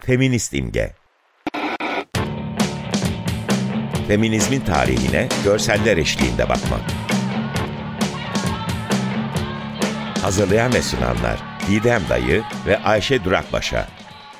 Feminist İmge. Feminizmin tarihine görseller eşliğinde bakmak. Hazırlayan ve sunanlar Didem Dayı ve Ayşe Durakbaşa.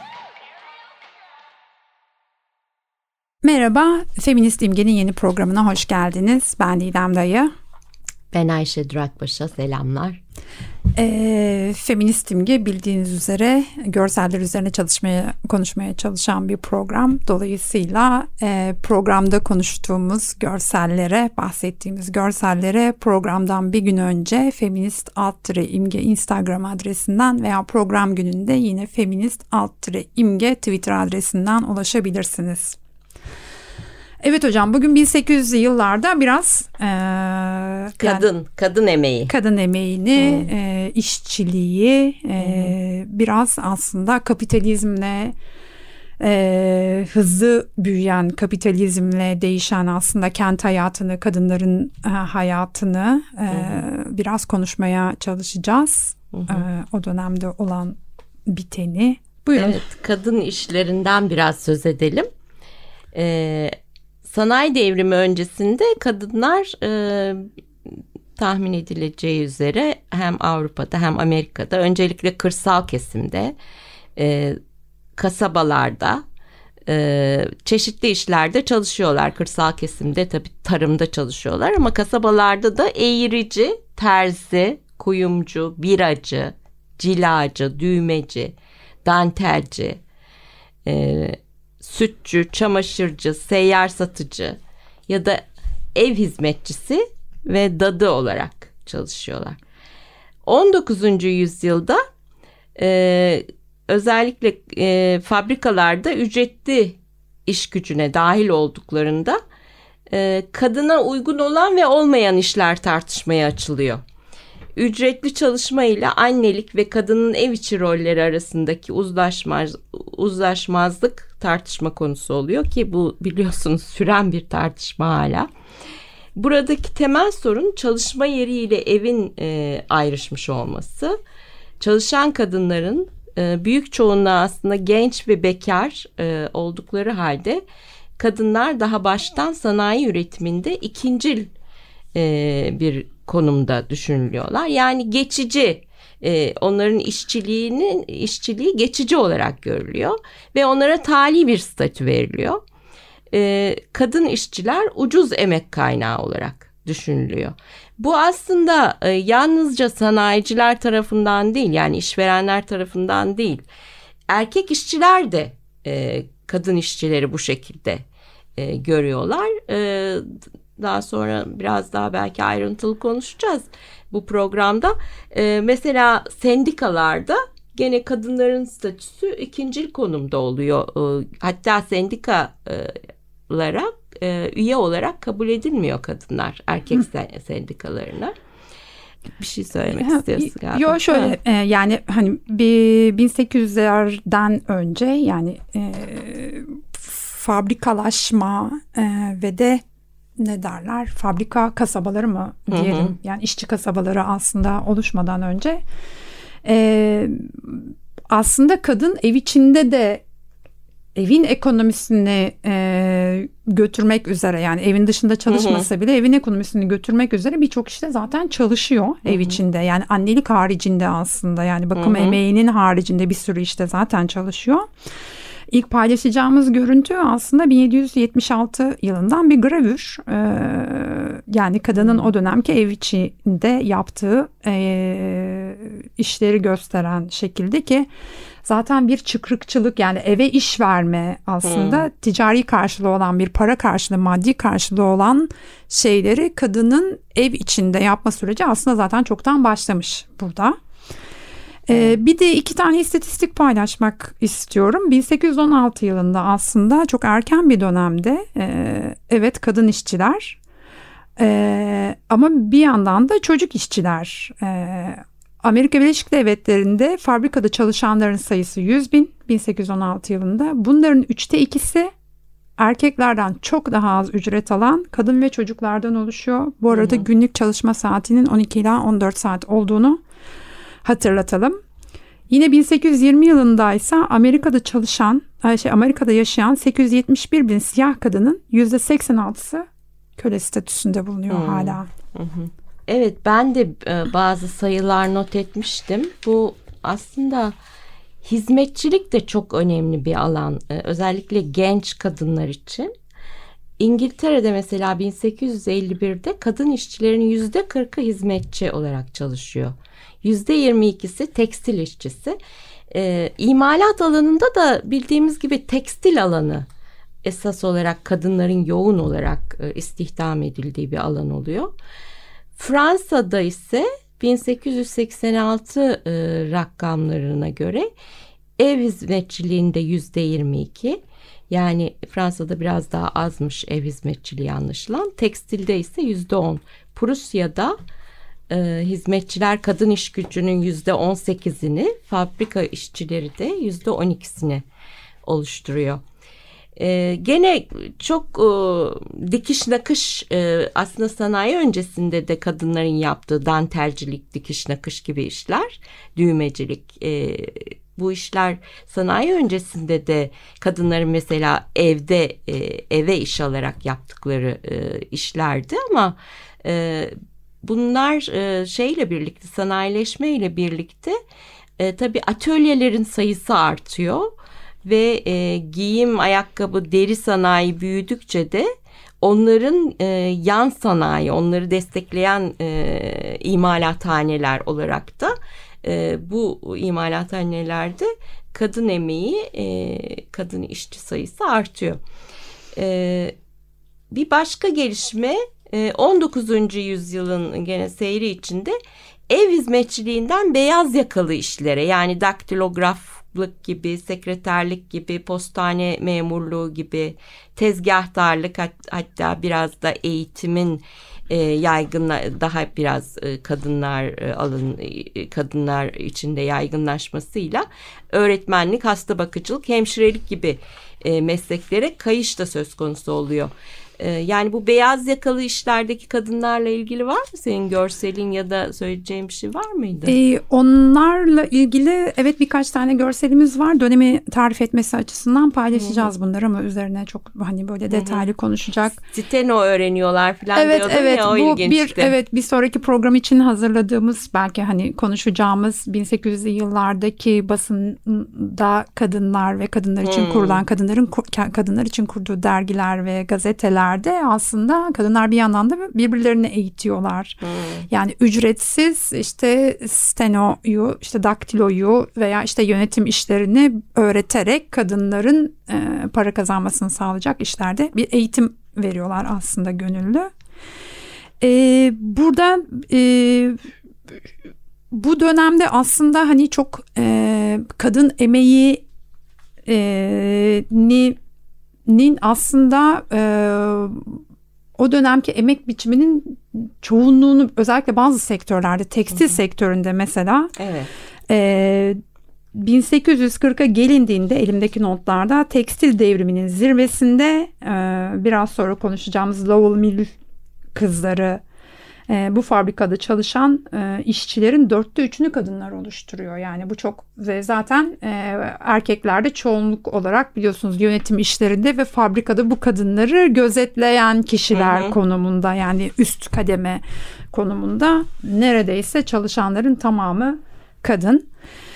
Merhaba, Feminist İmge'nin yeni programına hoş geldiniz. Ben Didem Dayı. Ben Ayşe Durakbaşa, selamlar. Feminist İmge bildiğiniz üzere görseller üzerine konuşmaya çalışan bir program. Dolayısıyla programda konuştuğumuz görsellere, bahsettiğimiz görsellere programdan bir gün önce feminist_imge Instagram adresinden veya program gününde yine feminist_imge Twitter adresinden ulaşabilirsiniz. Evet hocam, bugün 1800'lü yıllarda biraz kadın emeği. Kadın emeğini, işçiliği, biraz aslında kapitalizmle hızlı büyüyen, kapitalizmle değişen aslında kent hayatını, kadınların hayatını biraz konuşmaya çalışacağız. O dönemde olan biteni. Buyurun. Evet, kadın işlerinden biraz söz edelim. Sanayi devrimi öncesinde kadınlar tahmin edileceği üzere hem Avrupa'da hem Amerika'da öncelikle kırsal kesimde, kasabalarda çeşitli işlerde çalışıyorlar. Kırsal kesimde tabii tarımda çalışıyorlar ama kasabalarda da eğirici, terzi, kuyumcu, biracı, cilacı, düğmeci, dantelci, sütçü, çamaşırcı, seyyar satıcı ya da ev hizmetçisi ve dadı olarak çalışıyorlar. 19. yüzyılda özellikle fabrikalarda ücretli iş gücüne dahil olduklarında kadına uygun olan ve olmayan işler tartışmaya açılıyor. Ücretli çalışma ile annelik ve kadının ev içi rolleri arasındaki uzlaşmazlık tartışma konusu oluyor ki bu biliyorsunuz süren bir tartışma hala. Buradaki temel sorun çalışma yeriyle evin ayrışmış olması. Çalışan kadınların büyük çoğunluğu aslında genç ve bekar oldukları halde kadınlar daha baştan sanayi üretiminde ikincil bir konumda düşünülüyorlar. Yani geçici, onların işçiliği geçici olarak görülüyor ve onlara tali bir statü veriliyor. Kadın işçiler ucuz emek kaynağı olarak düşünülüyor. Bu aslında yalnızca sanayiciler tarafından değil, yani işverenler tarafından değil, erkek işçiler de kadın işçileri bu şekilde görüyorlar. Daha sonra biraz daha belki ayrıntılı konuşacağız bu programda. Mesela sendikalarda gene kadınların statüsü ikincil konumda oluyor. Hatta sendikalara üye olarak kabul edilmiyor kadınlar erkek sendikalarına. Bir şey söylemek istiyorsun galiba. Yok şöyle yani hani 1800'lerden önce yani fabrikalaşma ve de ne derler, fabrika kasabaları mı diyelim, yani işçi kasabaları aslında oluşmadan önce aslında kadın ev içinde de evin ekonomisini götürmek üzere, yani evin dışında çalışmasa bile evin ekonomisini götürmek üzere birçok işte zaten çalışıyor ev içinde, yani annelik haricinde aslında, yani bakım emeğinin haricinde bir sürü işte zaten çalışıyor. İlk paylaşacağımız görüntü aslında 1776 yılından bir gravür. Yani kadının o dönemki ev içinde yaptığı işleri gösteren şekilde, ki zaten bir çıkrıkçılık, yani eve iş verme aslında ticari karşılığı olan, bir para karşılığı, maddi karşılığı olan şeyleri kadının ev içinde yapma süreci aslında zaten çoktan başlamış burada. Bir de iki tane istatistik paylaşmak istiyorum. 1816 yılında aslında çok erken bir dönemde evet kadın işçiler ama bir yandan da çocuk işçiler. Amerika Birleşik Devletleri'nde fabrikada çalışanların sayısı 100.000 1816 yılında. Bunların 2/3 erkeklerden çok daha az ücret alan kadın ve çocuklardan oluşuyor. Bu arada günlük çalışma saatinin 12 ila 14 saat olduğunu hatırlatalım. Yine 1820 yılındaysa Amerika'da yaşayan 871 bin siyah kadının %86'sı köle statüsünde bulunuyor hala. Evet, ben de bazı sayılar not etmiştim. Bu aslında hizmetçilik de çok önemli bir alan. Özellikle genç kadınlar için. İngiltere'de mesela 1851'de kadın işçilerin %40'ı hizmetçi olarak çalışıyor. %22'si tekstil işçisi. İmalat alanında da bildiğimiz gibi tekstil alanı esas olarak kadınların yoğun olarak istihdam edildiği bir alan oluyor. Fransa'da ise 1886 rakamlarına göre ev hizmetçiliğinde %22, yani Fransa'da biraz daha azmış ev hizmetçiliği anlaşılan. Tekstilde ise %10. Prusya'da hizmetçiler kadın iş gücünün %18'ini, fabrika işçileri de %12'sini oluşturuyor. Gene çok dikiş nakış, aslında sanayi öncesinde de kadınların yaptığı dantelcilik, dikiş nakış gibi işler, düğmecilik, bu işler sanayi öncesinde de kadınların mesela eve iş alarak yaptıkları işlerdi ama bunlar şeyle birlikte, sanayileşmeyle birlikte tabii atölyelerin sayısı artıyor ve giyim, ayakkabı, deri sanayi büyüdükçe de onların yan sanayi, onları destekleyen imalathaneler olarak da bu imalathanelerde kadın emeği, kadın işçi sayısı artıyor. Bir başka gelişme 19. yüzyılın gene seyri içinde ev hizmetçiliğinden beyaz yakalı işlere, yani daktilograflık gibi, sekreterlik gibi, postane memurluğu gibi, tezgahtarlık, hatta biraz da eğitimin daha biraz kadınlar içinde yaygınlaşmasıyla öğretmenlik, hasta bakıcılık, hemşirelik gibi mesleklere kayış da söz konusu oluyor. Yani bu beyaz yakalı işlerdeki kadınlarla ilgili var mı senin görselin ya da söyleyeceğin bir şey var mıydı? Onlarla ilgili evet birkaç tane görselimiz var. Dönemi tarif etmesi açısından paylaşacağız bunları ama üzerine çok hani böyle detaylı konuşacak. Steno öğreniyorlar falan diyordun ya, o ilginçti. Bir sonraki program için hazırladığımız, belki hani konuşacağımız 1800'lü yıllardaki basında kadınlar ve kadınlar için kurulan, kadınlar için kurduğu dergiler ve gazeteler aslında kadınlar bir yandan da birbirlerini eğitiyorlar. Yani ücretsiz işte stenoyu, işte daktiloyu veya işte yönetim işlerini öğreterek kadınların para kazanmasını sağlayacak işlerde bir eğitim veriyorlar aslında gönüllü. Burada bu dönemde aslında hani çok kadın emeğinin aslında o dönemki emek biçiminin çoğunluğunu, özellikle bazı sektörlerde, tekstil sektöründe mesela 1840'a gelindiğinde elimdeki notlarda tekstil devriminin zirvesinde biraz sonra konuşacağımız Lowell Mill kızları, bu fabrikada çalışan işçilerin 3/4'ünü kadınlar oluşturuyor. Yani bu çok, ve zaten erkeklerde çoğunluk olarak biliyorsunuz yönetim işlerinde ve fabrikada bu kadınları gözetleyen kişiler konumunda, yani üst kademe konumunda, neredeyse çalışanların tamamı kadın.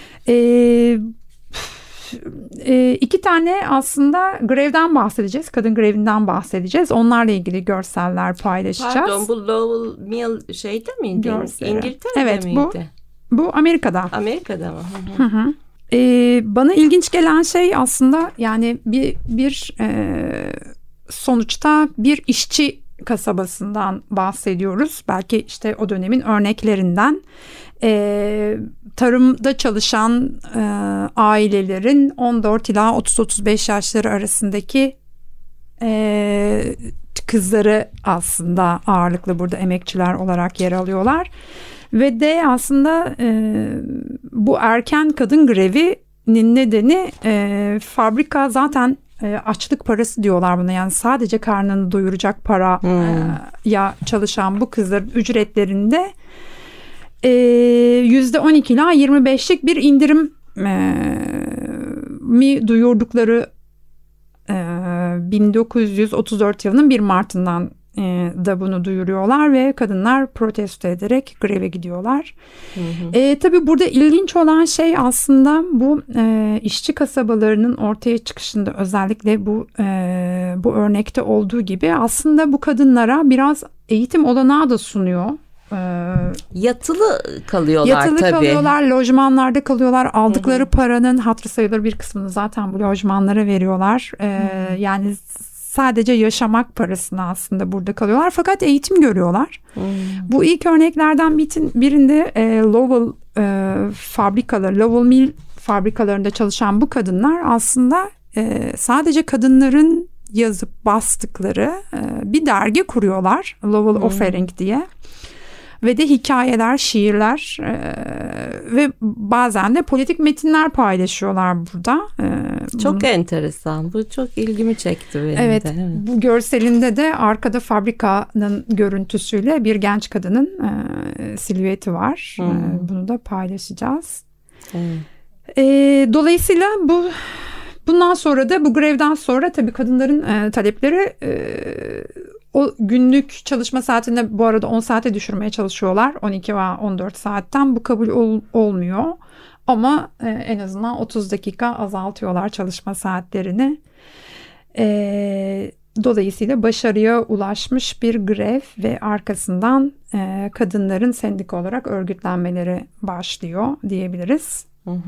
İki tane aslında grevden bahsedeceğiz. Kadın grevinden bahsedeceğiz. Onlarla ilgili görseller paylaşacağız. Pardon, bu Lowell Mill şeyde miydi? İngiltere'de miydi? Bu Amerika'da. Amerika'da mı? Bana ilginç gelen şey aslında, yani bir sonuçta bir işçi kasabasından bahsediyoruz. Belki işte o dönemin örneklerinden. Tarımda çalışan ailelerin 14 ila 30-35 yaşları arasındaki kızları aslında ağırlıklı burada emekçiler olarak yer alıyorlar. Ve de aslında bu erken kadın grevinin nedeni fabrika zaten açlık parası diyorlar buna, yani sadece karnını doyuracak paraya çalışan bu kızların ücretlerinde %12 ila 25'lik bir indirim mi duyurdukları 1934 yılının 1 Mart'ından da bunu duyuruyorlar ve kadınlar protesto ederek greve gidiyorlar. Tabii burada ilginç olan şey aslında bu işçi kasabalarının ortaya çıkışında, özellikle bu örnekte olduğu gibi aslında bu kadınlara biraz eğitim olanağı da sunuyor. Yatılı kalıyorlar Yatılı tabii. kalıyorlar, lojmanlarda kalıyorlar. Aldıkları paranın hatırı sayılır bir kısmını zaten bu lojmanlara veriyorlar. Yani sadece yaşamak parasını aslında burada kalıyorlar. Fakat eğitim görüyorlar. Bu ilk örneklerden birinde Lowell fabrikaları, Lowell Mill fabrikalarında çalışan bu kadınlar aslında sadece kadınların yazıp bastıkları bir dergi kuruyorlar. Lowell Offering diye. Ve de hikayeler, şiirler ve bazen de politik metinler paylaşıyorlar burada. Çok enteresan. Bu çok ilgimi çekti benim evet, de. Evet. Bu görselinde de arkada fabrikanın görüntüsüyle bir genç kadının silüeti var. Bunu da paylaşacağız. Dolayısıyla bundan sonra da bu grevden sonra tabii kadınların talepleri o günlük çalışma saatinde bu arada 10 saate düşürmeye çalışıyorlar. 12 ve 14 saatten bu kabul olmuyor. Ama en azından 30 dakika azaltıyorlar çalışma saatlerini. Dolayısıyla başarıya ulaşmış bir grev ve arkasından kadınların sendika olarak örgütlenmeleri başlıyor diyebiliriz.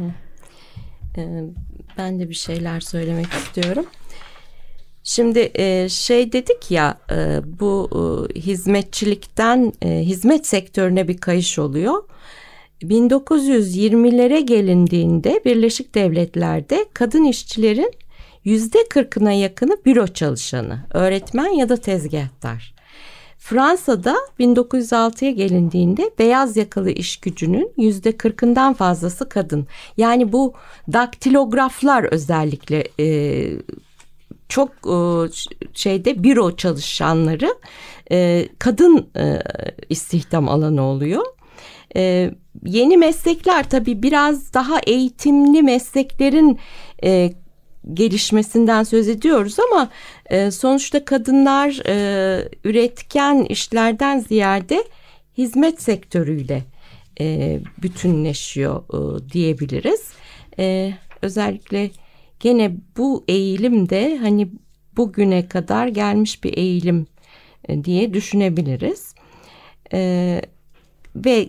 Ben de bir şeyler söylemek istiyorum. Şimdi dedik ya, bu hizmetçilikten hizmet sektörüne bir kayış oluyor. 1920'lere gelindiğinde Birleşik Devletler'de kadın işçilerin %40'ına yakını büro çalışanı, öğretmen ya da tezgahtar. Fransa'da 1906'ya gelindiğinde beyaz yakalı iş gücünün %40'ından fazlası kadın. Yani bu daktilograflar özellikle çok büro çalışanları kadın istihdam alanı oluyor. Yeni meslekler tabii biraz daha eğitimli mesleklerin gelişmesinden söz ediyoruz ama sonuçta kadınlar üretken işlerden ziyade hizmet sektörüyle bütünleşiyor diyebiliriz. Özellikle gene bu eğilim de hani bugüne kadar gelmiş bir eğilim diye düşünebiliriz. Ve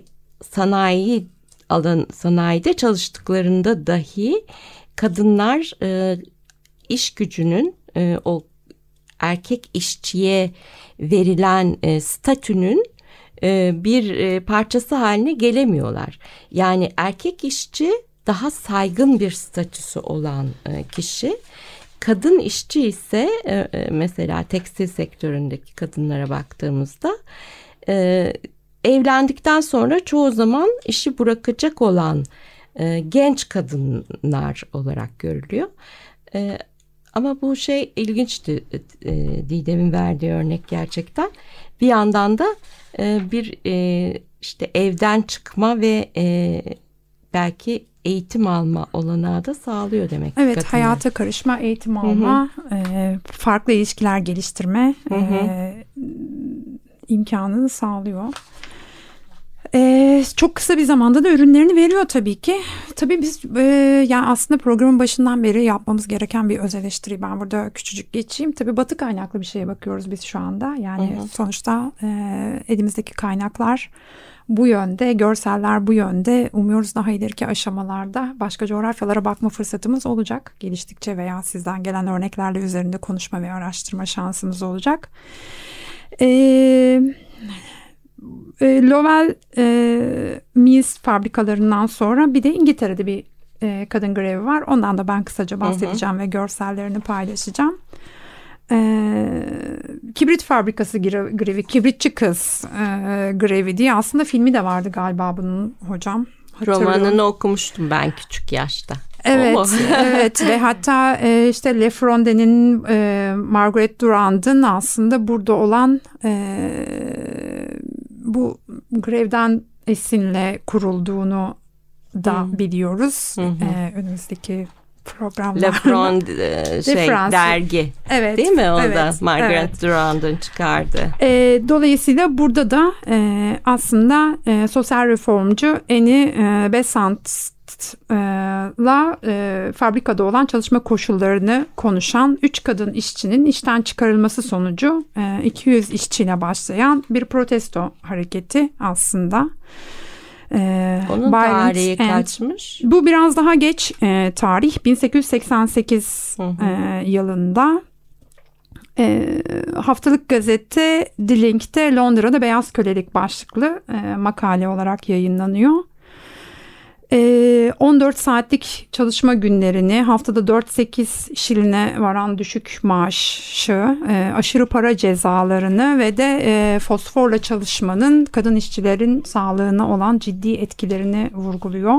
sanayide çalıştıklarında dahi kadınlar iş gücünün o erkek işçiye verilen statünün bir parçası haline gelemiyorlar. Yani erkek işçi daha saygın bir statüsü olan kişi. Kadın işçi ise mesela tekstil sektöründeki kadınlara baktığımızda evlendikten sonra çoğu zaman işi bırakacak olan genç kadınlar olarak görülüyor. Ama bu ilginçti, Didem'in verdiği örnek gerçekten. Bir yandan da bir evden çıkma ve belki eğitim alma olanağı da sağlıyor demek. Evet, kadınlar. Hayata karışma, eğitim alma, farklı ilişkiler geliştirme imkanını sağlıyor. Çok kısa bir zamanda da ürünlerini veriyor tabii ki. Tabii biz yani aslında programın başından beri yapmamız gereken bir öz eleştiri. Ben burada küçücük geçeyim. Tabii Batı kaynaklı bir şeye bakıyoruz biz şu anda. Yani sonuçta elimizdeki kaynaklar bu yönde, görseller bu yönde. Umuyoruz daha ileriki aşamalarda başka coğrafyalara bakma fırsatımız olacak. Geliştikçe veya sizden gelen örneklerle üzerinde konuşma ve araştırma şansımız olacak. Lowell Mills fabrikalarından sonra bir de İngiltere'de bir kadın grevi var. Ondan da ben kısaca bahsedeceğim ve görsellerini paylaşacağım. Kibrit fabrikası grevi, kibritçi kız grevi diye aslında filmi de vardı galiba bunun hocam. Romanını okumuştum ben küçük yaşta. Evet, evet ve hatta Le Fronde'nin Margaret Durand'ın aslında burada olan bu grevden esinle kurulduğunu da biliyoruz. Önümüzdeki programlarda. Le Fronde dergi. Evet. Değil mi? O evet, da Margaret evet. Durand'ın çıkardı. Dolayısıyla burada da aslında sosyal reformcu Annie Besant'la fabrikada olan çalışma koşullarını konuşan 3 kadın işçinin işten çıkarılması sonucu 200 işçiyle başlayan bir protesto hareketi aslında. Onun tarihi kaçmış? Bu biraz daha geç tarih. 1888 yılında haftalık gazete The Link'te Londra'da beyaz kölelik başlıklı makale olarak yayınlanıyor. 14 saatlik çalışma günlerini, haftada 4-8 şiline varan düşük maaşı, aşırı para cezalarını ve de fosforla çalışmanın kadın işçilerin sağlığına olan ciddi etkilerini vurguluyor.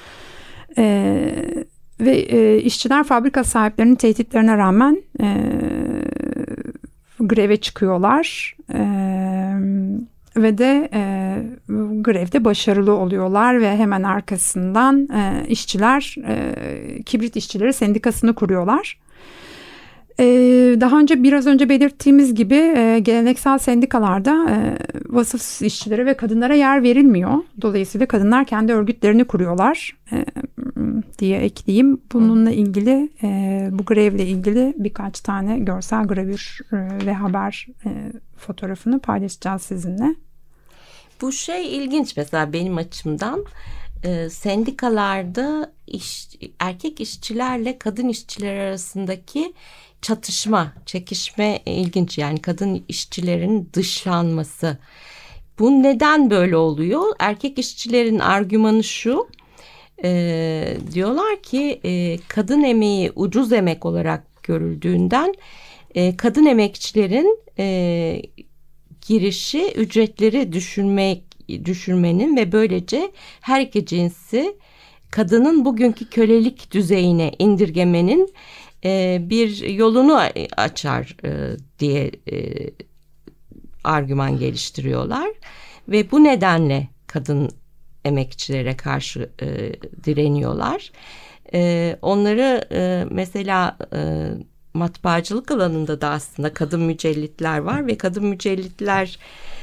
Ve işçiler fabrika sahiplerinin tehditlerine rağmen greve çıkıyorlar. Ve de grevde başarılı oluyorlar ve hemen arkasından işçiler Kibrit İşçileri Sendikası'nı kuruyorlar. Daha önce biraz önce belirttiğimiz gibi geleneksel sendikalarda vasıfsız işçilere ve kadınlara yer verilmiyor. Dolayısıyla kadınlar kendi örgütlerini kuruyorlar diye ekleyeyim. Bununla ilgili bu grevle ilgili birkaç tane görsel gravür ve haber fotoğrafını paylaşacağız sizinle. Bu ilginç mesela benim açımdan. Sendikalarda erkek işçilerle kadın işçiler arasındaki çekişme ilginç. Yani kadın işçilerin dışlanması. Bu neden böyle oluyor? Erkek işçilerin argümanı şu. Diyorlar ki kadın emeği ucuz emek olarak görüldüğünden kadın emekçilerin girişi ücretleri düşürmenin ve böylece her iki cinsi kadının bugünkü kölelik düzeyine indirgemenin bir yolunu açar diye argüman geliştiriyorlar ve bu nedenle kadın emekçilere karşı direniyorlar. Onları mesela matbaacılık alanında da aslında kadın mücellitler var ve kadın mücellitler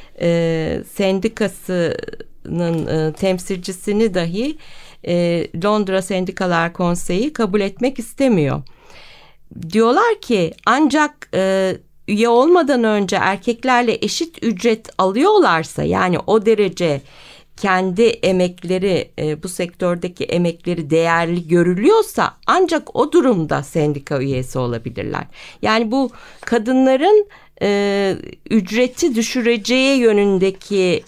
sendikasının temsilcisini dahi Londra Sendikalar Konseyi kabul etmek istemiyor. Diyorlar ki ancak üye olmadan önce erkeklerle eşit ücret alıyorlarsa, yani o derece kendi emekleri, bu sektördeki emekleri değerli görülüyorsa ancak o durumda sendika üyesi olabilirler. Yani bu kadınların ücreti düşüreceği yönündeki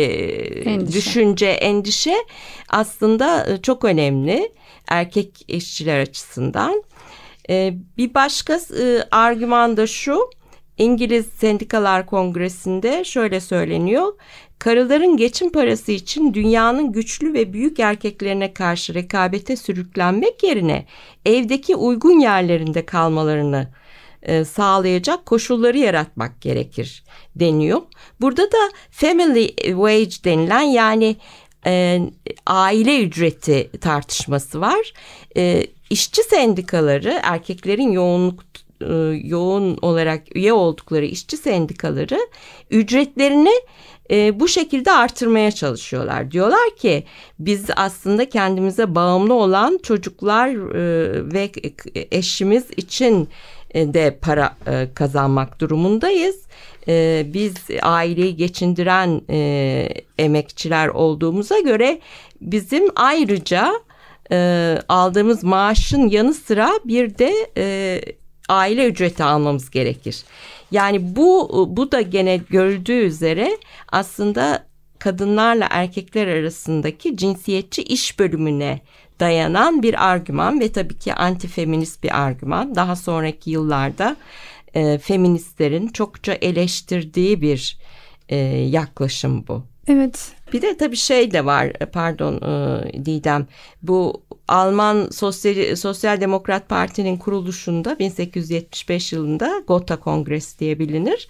endişe aslında çok önemli erkek işçiler açısından. Bir başka argüman da şu: İngiliz Sendikalar Kongresi'nde şöyle söyleniyor: karıların geçim parası için dünyanın güçlü ve büyük erkeklerine karşı rekabete sürüklenmek yerine evdeki uygun yerlerinde kalmalarını sağlayacak koşulları yaratmak gerekir deniyor. Burada da family wage denilen, yani aile ücreti tartışması var. İşçi sendikaları, erkeklerin yoğun olarak üye oldukları işçi sendikaları ücretlerini bu şekilde artırmaya çalışıyorlar. Diyorlar ki biz aslında kendimize bağımlı olan çocuklar ve eşimiz için de para kazanmak durumundayız. Biz aileyi geçindiren emekçiler olduğumuza göre bizim ayrıca aldığımız maaşın yanı sıra bir de aile ücreti almamız gerekir. Yani bu da gene görüldüğü üzere aslında kadınlarla erkekler arasındaki cinsiyetçi iş bölümüne dayanan bir argüman ve tabii ki antifeminist bir argüman. Daha sonraki yıllarda feministlerin çokça eleştirdiği bir yaklaşım bu. Evet. Bir de tabii de var, pardon Didem, bu Alman Sosyal Demokrat Parti'nin kuruluşunda 1875 yılında Gotha Kongresi diye bilinir.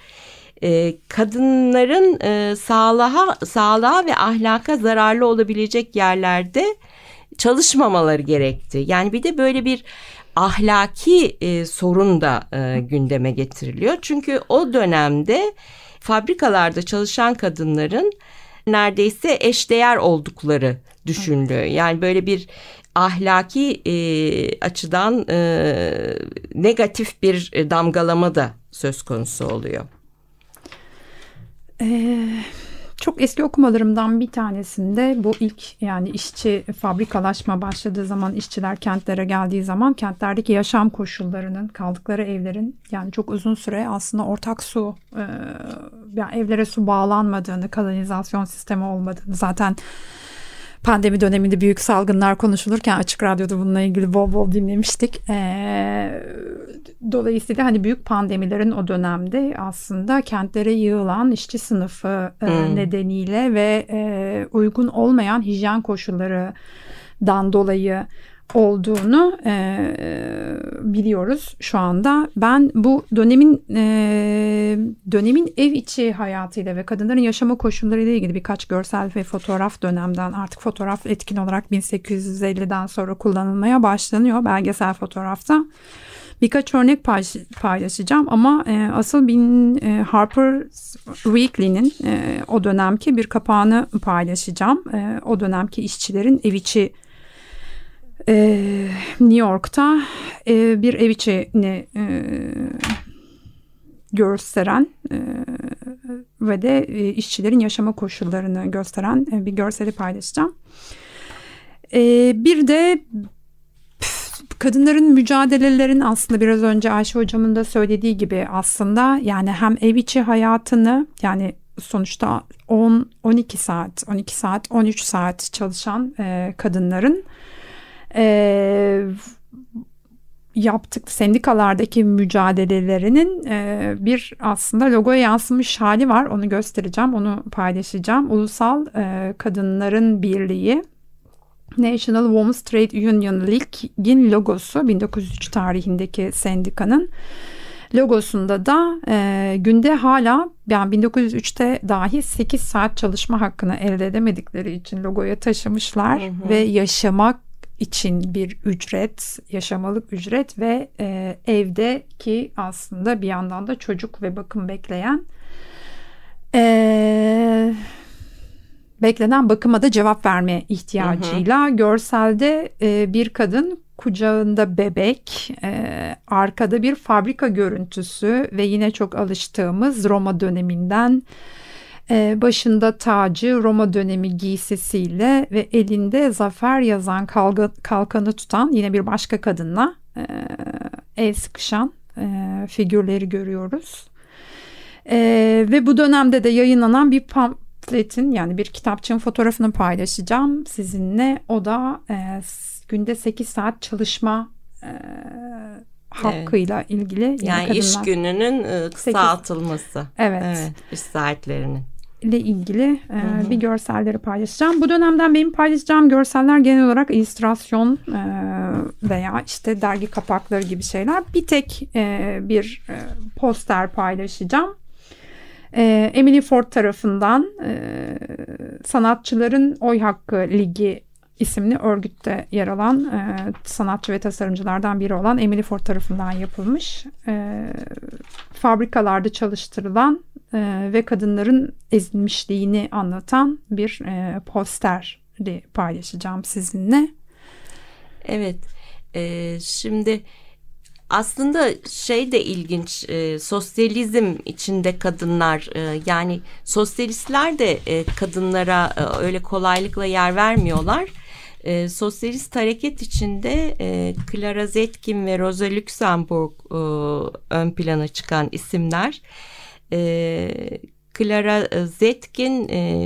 Kadınların sağlığa ve ahlaka zararlı olabilecek yerlerde çalışmamaları gerekti. Yani bir de böyle bir ahlaki sorun da gündeme getiriliyor. Çünkü o dönemde fabrikalarda çalışan kadınların neredeyse eşdeğer oldukları düşünülüyor. Yani böyle bir ahlaki açıdan negatif bir damgalama da söz konusu oluyor. Çok eski okumalarımdan bir tanesinde bu ilk yani işçi fabrikalaşma başladığı zaman, işçiler kentlere geldiği zaman kentlerdeki yaşam koşullarının, kaldıkları evlerin yani çok uzun süre aslında ortak su, yani evlere su bağlanmadığını, kanalizasyon sistemi olmadığını, zaten pandemi döneminde büyük salgınlar konuşulurken Açık Radyo'da bununla ilgili bol bol dinlemiştik. Dolayısıyla hani büyük pandemilerin o dönemde aslında kentlere yığılan işçi sınıfı nedeniyle ve uygun olmayan hijyen koşullarından dolayı olduğunu biliyoruz şu anda. Ben bu dönemin ev içi hayatıyla ve kadınların yaşama koşullarıyla ilgili birkaç görsel ve fotoğraf dönemden, artık fotoğraf etkin olarak 1850'den sonra kullanılmaya başlanıyor belgesel fotoğrafta. Birkaç örnek paylaşacağım ama asıl Harper's Weekly'nin o dönemki bir kapağını paylaşacağım. O dönemki işçilerin ev içi New York'ta bir ev içini gösteren ve de işçilerin yaşama koşullarını gösteren bir görseli paylaşacağım. Bir de kadınların mücadelelerin aslında biraz önce Ayşe hocamın da söylediği gibi aslında yani hem ev içi hayatını yani sonuçta 12 saat 13 saat çalışan kadınların yaptık sendikalardaki mücadelelerinin bir aslında logoya yansımış hali var. Onu göstereceğim, onu paylaşacağım. Ulusal Kadınların Birliği National Women's Trade Union League'in logosu 1903 tarihindeki sendikanın logosunda da günde hala yani 1903'te dahi 8 saat çalışma hakkını elde edemedikleri için logoya taşımışlar ve yaşamak için bir ücret, yaşamalık ücret ve evdeki aslında bir yandan da çocuk ve bakım beklenen bakıma da cevap verme ihtiyacıyla görselde bir kadın kucağında bebek, arkada bir fabrika görüntüsü ve yine çok alıştığımız Roma döneminden başında tacı, Roma dönemi giysisiyle ve elinde zafer yazan kalkanı tutan yine bir başka kadınla el sıkışan figürleri görüyoruz. Ve bu dönemde de yayınlanan bir pamfletin yani bir kitapçığın fotoğrafını paylaşacağım sizinle. O da günde 8 saat çalışma hakkıyla ilgili. Yani iş gününün kısaltılması. Evet. İş saatlerinin. ile ilgili bir görselleri paylaşacağım. Bu dönemden benim paylaşacağım görseller genel olarak illüstrasyon veya işte dergi kapakları gibi şeyler. Bir tek bir poster paylaşacağım. Emily Ford tarafından Sanatçıların Oy Hakkı Ligi isimli örgütte yer alan sanatçı ve tasarımcılardan biri olan Emily Ford tarafından yapılmış. Fabrikalarda çalıştırılan ve kadınların ezilmişliğini anlatan bir posteri paylaşacağım sizinle. Evet, şimdi aslında şey de ilginç, sosyalizm içinde kadınlar yani sosyalistler de kadınlara öyle kolaylıkla yer vermiyorlar. Sosyalist hareket içinde Clara Zetkin ve Rosa Luxemburg ön plana çıkan isimler. Clara Zetkin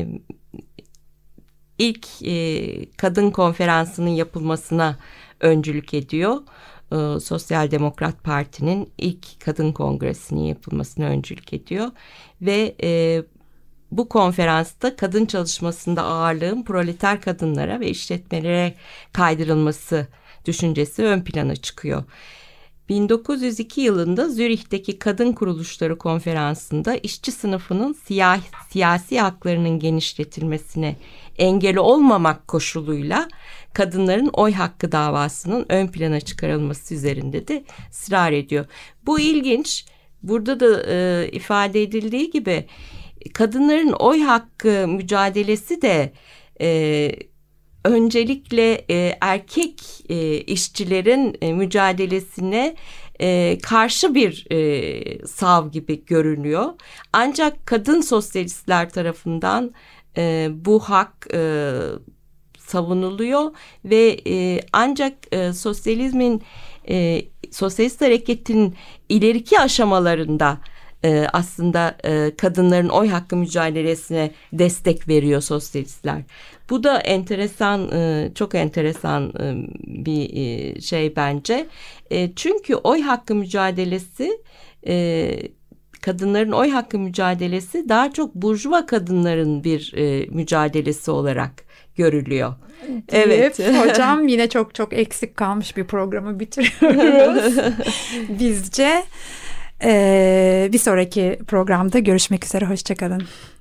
ilk kadın konferansının yapılmasına öncülük ediyor. Sosyal Demokrat Parti'nin ilk kadın kongresinin yapılmasına öncülük ediyor ve bu konferansta kadın çalışmasında ağırlığın proleter kadınlara ve işletmelere kaydırılması düşüncesi ön plana çıkıyor. 1902 yılında Zürih'teki Kadın Kuruluşları Konferansı'nda işçi sınıfının siyasi haklarının genişletilmesine engel olmamak koşuluyla kadınların oy hakkı davasının ön plana çıkarılması üzerinde de ısrar ediyor. Bu ilginç. Burada da ifade edildiği gibi kadınların oy hakkı mücadelesi de öncelikle erkek işçilerin mücadelesine karşı bir sav gibi görünüyor. Ancak kadın sosyalistler tarafından bu hak savunuluyor ve ancak sosyalist hareketin ileriki aşamalarında aslında kadınların oy hakkı mücadelesine destek veriyor sosyalistler. Bu da enteresan, çok enteresan bir şey bence. Çünkü oy hakkı mücadelesi, kadınların oy hakkı mücadelesi daha çok burjuva kadınların bir mücadelesi olarak görülüyor. Evet. Hocam yine çok çok eksik kalmış bir programı bitiriyoruz bizce. Bir sonraki programda görüşmek üzere. Hoşça kalın.